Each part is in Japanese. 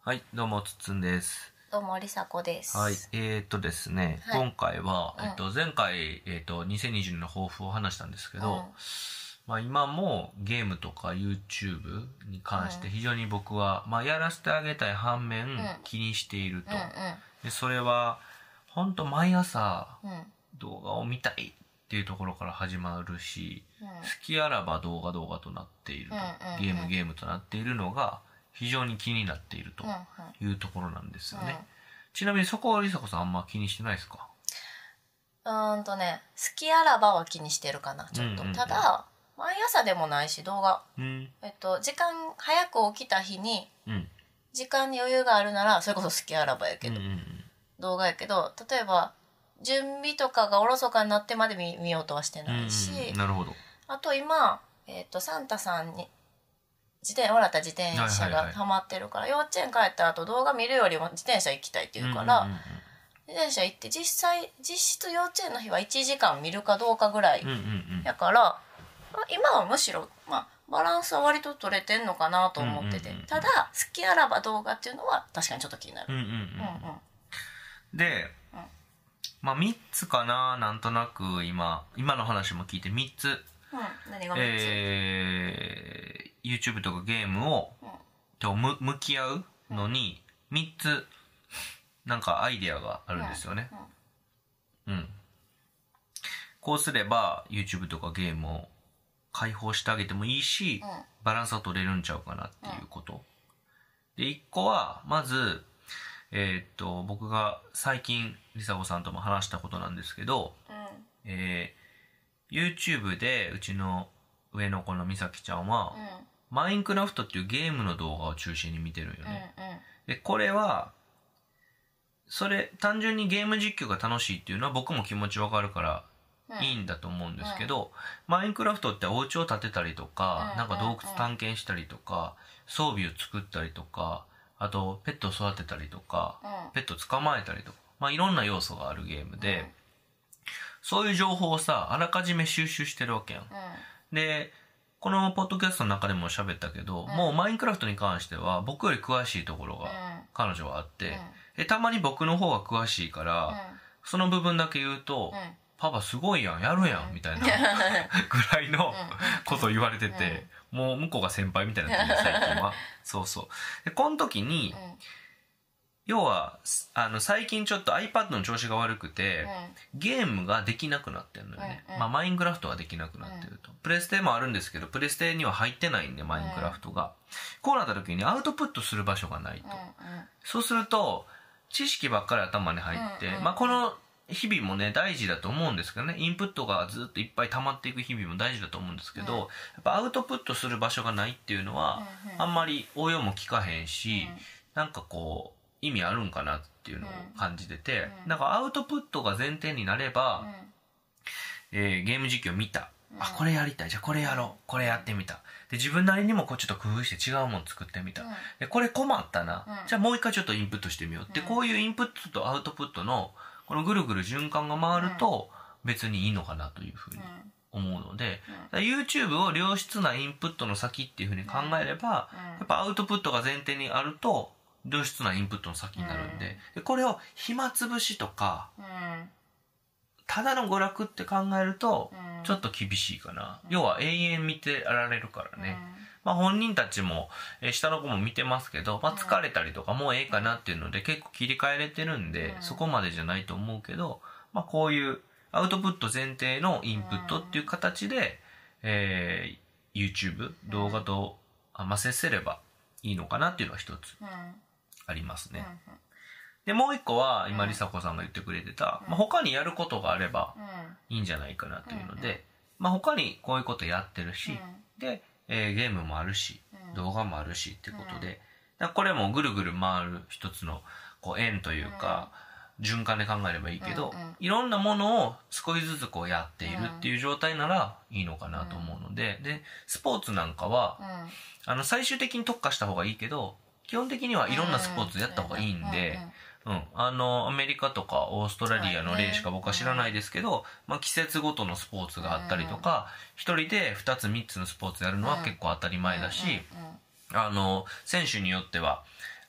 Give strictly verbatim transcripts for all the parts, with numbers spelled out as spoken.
はい、どうもつっつんです。 どうもりさこです。 はい、えー、っとですね、はい、今回は、 うん、 えっと前回えー、っとにせんにじゅうねんの抱負を話したんですけど、 うん、 まあ今もゲームとか YouTube に関して非常に僕は、まあやらせてあげたい反面、うん、気にしていると。 うんうん、 でそれは本当毎朝動画を見たいっていうところから始まるし、うん、好きあらば動画動画となっていると、うん、ゲームゲームとなっているのが非常に気になっているというところなんですよね。うん、ちなみにそこはりさこさんあんま気にしてないですか？ うーんとね、好きあらばは気にしてるかな、ちょっと。うんうんうん、ただ、毎朝でもないし、動画。うん、えっと、時間早く起きた日に、うん、時間に余裕があるなら、それこそ好きあらばやけど、うんうんうん、動画やけど、例えば、準備とかがおろそかになってまで 見, 見ようとはしてないし、うんうん、 なるほど。 あと今、えっと、サンタさんに、自転もらった自転車がハマってるから、はいはいはい、幼稚園帰った後動画見るよりも自転車行きたいって言うから、うんうんうん、自転車行って実際実質幼稚園の日はいちじかん見るかどうかぐらい、うんうんうん、やから、まあ、今はむしろ、まあ、バランスは割と取れてんのかなと思ってて、うんうんうん、ただ好きあらば動画っていうのは確かにちょっと気になる、うんうんうんうん、 で、うん、まあみっつかな、なんとなく今今の話も聞いてみっつ、 うん、何がみっつ、 えーYouTube とかゲームを、うん、と向き合うのにみっつなんかアイデアがあるんですよね、うんうん、こうすれば YouTube とかゲームを開放してあげてもいいし、うん、バランスは取れるんちゃうかなっていうこと、うん、でいっこはまずえー、っと僕が最近りさこさんとも話したことなんですけど、うん、えー、YouTube でうちの上の子のみさきちゃんは、うんマインクラフトっていうゲームの動画を中心に見てるよね、うんうん、でこれはそれ単純にゲーム実況が楽しいっていうのは僕も気持ちわかるからいいんだと思うんですけど、うん、マインクラフトってお家を建てたりとか、うん、なんか洞窟探検したりとか装備を作ったりとかあとペットを育てたりとか、うん、ペットを捕まえたりとか、まあ、いろんな要素があるゲームで、うん、そういう情報をさあらかじめ収集してるわけやん、うん、でこのポッドキャストの中でも喋ったけど、うん、もうマインクラフトに関しては僕より詳しいところが彼女はあって、うん、でたまに僕の方が詳しいから、うん、その部分だけ言うと、うん、パパすごいやんやるやん、うん、みたいなぐらいのことを言われてて、うん、もう向こうが先輩みたいになってる最近はそうそうでこの時に、うん要はあの最近ちょっと iPad の調子が悪くて、うん、ゲームができなくなってるのよね、うんうんまあ、マインクラフトができなくなってると、うん、プレステもあるんですけどプレステには入ってないんでマインクラフトが、うん、こうなった時にアウトプットする場所がないと、うんうん、そうすると知識ばっかり頭に入って、うんうんまあ、この日々もね大事だと思うんですけどねインプットがずっといっぱい溜まっていく日々も大事だと思うんですけど、うん、やっぱアウトプットする場所がないっていうのは、うんうん、あんまり応用も効かへんし、うん、なんかこう意味あるんかなっていうのを感じてて、うん、なんかアウトプットが前提になれば、うんえー、ゲーム実況見た、うん、あこれやりたいじゃあこれやろうこれやってみたで自分なりにもこうちょっと工夫して違うもの作ってみた、うん、でこれ困ったな、うん、じゃあもう一回ちょっとインプットしてみよう、うん、でこういうインプットとアウトプットのこのぐるぐる循環が回ると別にいいのかなというふうに思うので、うん、YouTube を良質なインプットの先っていうふうに考えれば、うん、やっぱアウトプットが前提にあると良質なインプットの先になるんで、うん、でこれを暇つぶしとか、うん、ただの娯楽って考えるとちょっと厳しいかな、うん、要は永遠見てられるからね、うんまあ、本人たちも、えー、下の子も見てますけど、まあ、疲れたりとかもうええかなっていうので結構切り替えれてるんで、うん、そこまでじゃないと思うけど、まあ、こういうアウトプット前提のインプットっていう形で、えー、YouTube 動画と、まあ、接せればいいのかなっていうのは一つ、うんありますね、うんうん、でもう一個は今りさこさんが言ってくれてた、うんまあ、他にやることがあればいいんじゃないかなというので、うんまあ、他にこういうことやってるし、うん、で、えー、ゲームもあるし、うん、動画もあるしっていうことで、うん、これもぐるぐる回る一つのこう円というか、うん、循環で考えればいいけど、うんうん、いろんなものを少しずつこうやっているっていう状態ならいいのかなと思うので、でスポーツなんかは、うん、あの最終的に特化した方がいいけど基本的にはいろんなスポーツやった方がいいんで、うん、あのアメリカとかオーストラリアの例しか僕は知らないですけど、まあ、季節ごとのスポーツがあったりとか一人でふたつみっつのスポーツやるのは結構当たり前だし、あの選手によっては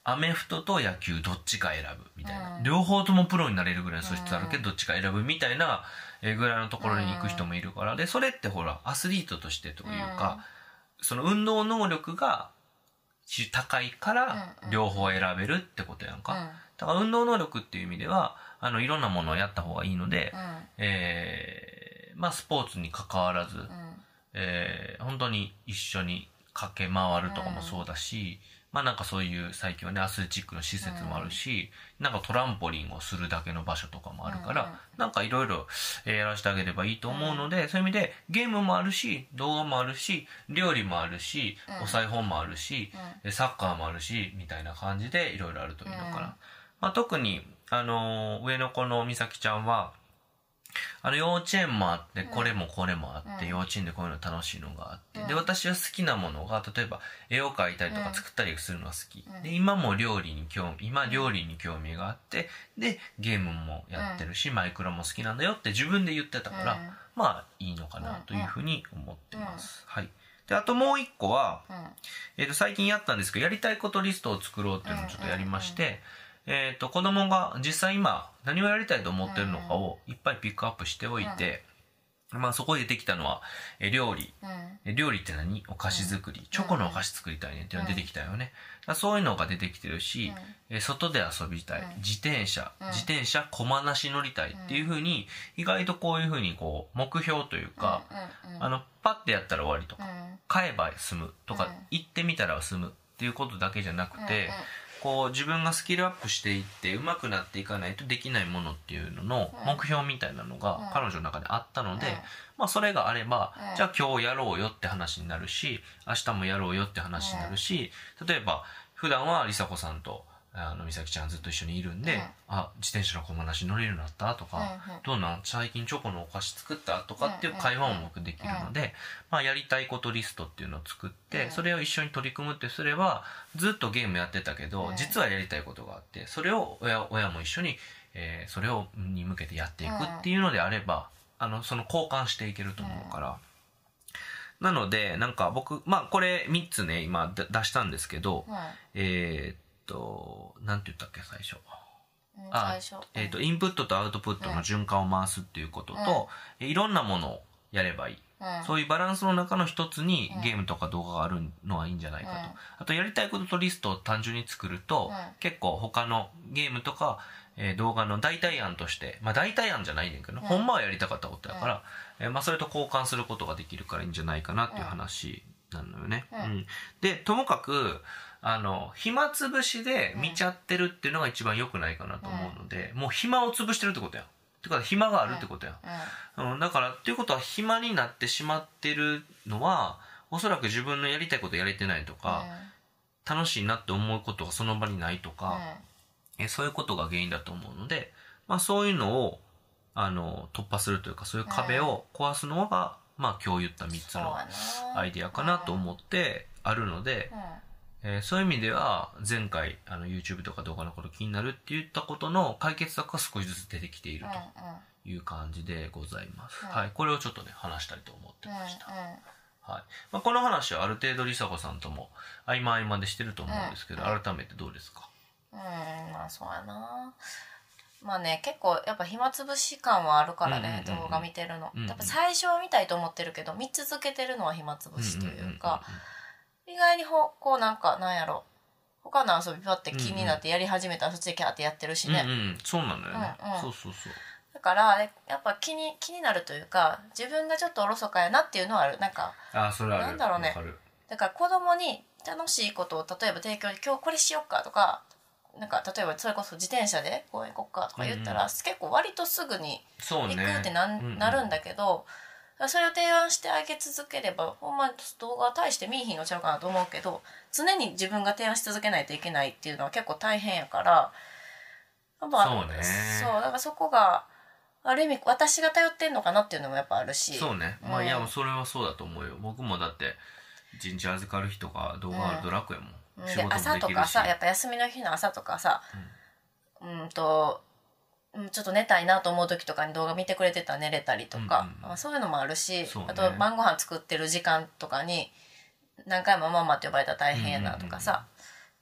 アメフトと野球どっちか選ぶみたいな、うん、両方ともプロになれるぐらいの素質あるけどどっちか選ぶみたいなぐらいのところに行く人もいるから、でそれってほらアスリートとしてというか、うん、その運動能力が高いから両方選べるってことやんか、うん、だから運動能力っていう意味ではあのいろんなものをやった方がいいので、うん、えー、まあスポーツに関わらず、うん、えー、本当に一緒に駆け回るとかもそうだし、まあなんかそういう最近はねアスレチックの施設もあるし、うん、なんかトランポリンをするだけの場所とかもあるから、うん、なんかいろいろやらせてあげればいいと思うので、うん、そういう意味でゲームもあるし動画もあるし料理もあるし、うん、お裁縫もあるし、うん、サッカーもあるしみたいな感じでいろいろあるといいのかな、うん、まあ、特に、あのー、上の子の美咲ちゃんはあの幼稚園もあってこれもこれもあって、うん、幼稚園でこういうの楽しいのがあって、うん、で私は好きなものが例えば絵を描いたりとか作ったりするのが好き、うん、で今も料理に興味今料理に興味があってでゲームもやってるし、うん、マイクラも好きなんだよって自分で言ってたから、うん、まあいいのかなというふうに思ってます、うん、はい。であともう一個は、うん、えーと最近やったんですけどやりたいことリストを作ろうっていうのをちょっとやりまして、えーと子供が実際今何をやりたいと思ってるのかをいっぱいピックアップしておいて、うん、まあそこで出てきたのはえ料理、うん、料理って何？お菓子作り、うん、チョコのお菓子作りたいねっていうのが出てきたよね、うん、そういうのが出てきてるし、うん、外で遊びたい、うん、自転車、うん、自転車駒なし乗りたいっていう風に意外とこういう風にこう目標というか、うんうんうん、あのパッてやったら終わりとか、うん、買えば済むとか、うん、行ってみたら済むっていうことだけじゃなくて、うんうん、こう自分がスキルアップしていって上手くなっていかないとできないものっていうのの目標みたいなのが彼女の中であったので、まあそれがあればじゃあ今日やろうよって話になるし明日もやろうよって話になるし、例えば普段は梨紗子さんとあの美咲ちゃんずっと一緒にいるんで、うん、あ自転車の駒なし乗れるようになったとか、うんうん、どうなん最近チョコのお菓子作ったとかっていう会話も僕できるので、うんまあ、やりたいことリストっていうのを作って、うん、それを一緒に取り組むってすればずっとゲームやってたけど、うん、実はやりたいことがあってそれを 親, 親も一緒に、えー、それをに向けてやっていくっていうのであれば、うん、あのその交換していけると思うから、うん、なのでなんか僕まあこれみっつね今出したんですけど、うん、えーとなんて言ったっけ最初、 うん、あ最初、 えーとインプットとアウトプットの循環を回すっていうことと、うん、いろんなものをやればいい、うん、そういうバランスの中の一つにゲームとか動画があるのはいいんじゃないかと、うん、あとやりたいこととリストを単純に作ると、うん、結構他のゲームとか、えー、動画の代替案としてまあ代替案じゃないねんけど、うん、ほんまはやりたかったことだから、うんえーまあ、それと交換することができるからいいんじゃないかなっていう話なのよね、うんうん、でともかくあの暇つぶしで見ちゃってるっていうのが一番良くないかなと思うので、うん、もう暇を潰してるってことやんってことは暇があるってことやん、うんうん、だからっていうことは暇になってしまってるのはおそらく自分のやりたいことやれてないとか、うん、楽しいなって思うことがその場にないとか、うん、えそういうことが原因だと思うので、まあ、そういうのをあの突破するというかそういう壁を壊すのが、うん、まあ今日言ったみっつのアイディアかなと思ってあるので、うんえー、そういう意味では前回あの YouTube とか動画のこと気になるって言ったことの解決策が少しずつ出てきているという感じでございます、うん、はい、これをちょっとね話したいと思ってました、うんうんはいまあ、この話はある程度梨紗子さんとも合間合間でしてると思うんですけど、うん、改めてどうですか？ うんまあそうやなまあね結構やっぱ暇つぶし感はあるからね、うんうんうんうん、動画見てるの、うんうん、やっぱ最初は見たいと思ってるけど見続けてるのは暇つぶしというか、うんうんうんうん意外にほこうなんかなんやろ他の遊びパッて気になってやり始めたらそっちでキャーってやってるしね、 うんうん、そうなんだよね、うんうん、そうそうそうだからやっぱ気に気になるというか自分がちょっとおろそかやなっていうのはあるなんかあそれあるなんだろうねだから子供に楽しいことを例えば提供今日これしよっかとかなんか例えばそれこそ自転車で公園行こっかとか言ったら、うんうん、結構割とすぐに行くってな、ねうんうん、なるんだけどそれを提案してあげ続ければほんま動画は大して見えひんのちゃうかなと思うけど常に自分が提案し続けないといけないっていうのは結構大変やからやっぱそうねそうだからそこがある意味私が頼ってんのかなっていうのもやっぱあるしそうね、うん、まあいやそれはそうだと思うよ僕もだって一日預かる日とか動画あると楽やもん、うん、仕事もできるし朝とかさやっぱ休みの日の朝とかさ、うん、うんとちょっと寝たいなと思う時とかに動画見てくれてたら寝れたりとか、うんうん、そういうのもあるし、ね、あと晩ご飯作ってる時間とかに何回もママって呼ばれたら大変やなとかさ、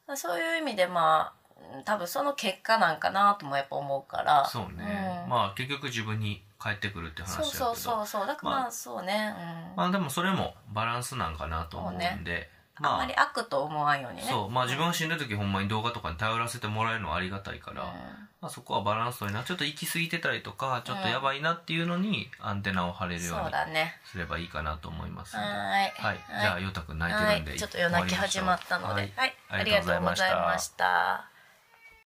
そういう意味でまあ多分その結果なんかなともやっぱ思うから。 そうね、うん、まあ結局自分に返ってくるって話だけど、 そうそうそうそう、だからまあそうね、 うん、まあでもそれもバランスなんかなと思うんで、ね、 まあ、あんまり悪と思わんようにね。 そう、まあ自分が死んだ時、うん、ほんまに動画とかに頼らせてもらえるのはありがたいから、うん、まあ、そこはバランス取りな、ちょっと行き過ぎてたりとかちょっとやばいなっていうのにアンテナを張れるようにすればいいかなと思いますので、 はい、 はい、じゃあヨタくん泣いてるんで、 はい、ちょっと夜泣き始まったので、はい、はい、ありがとうございました。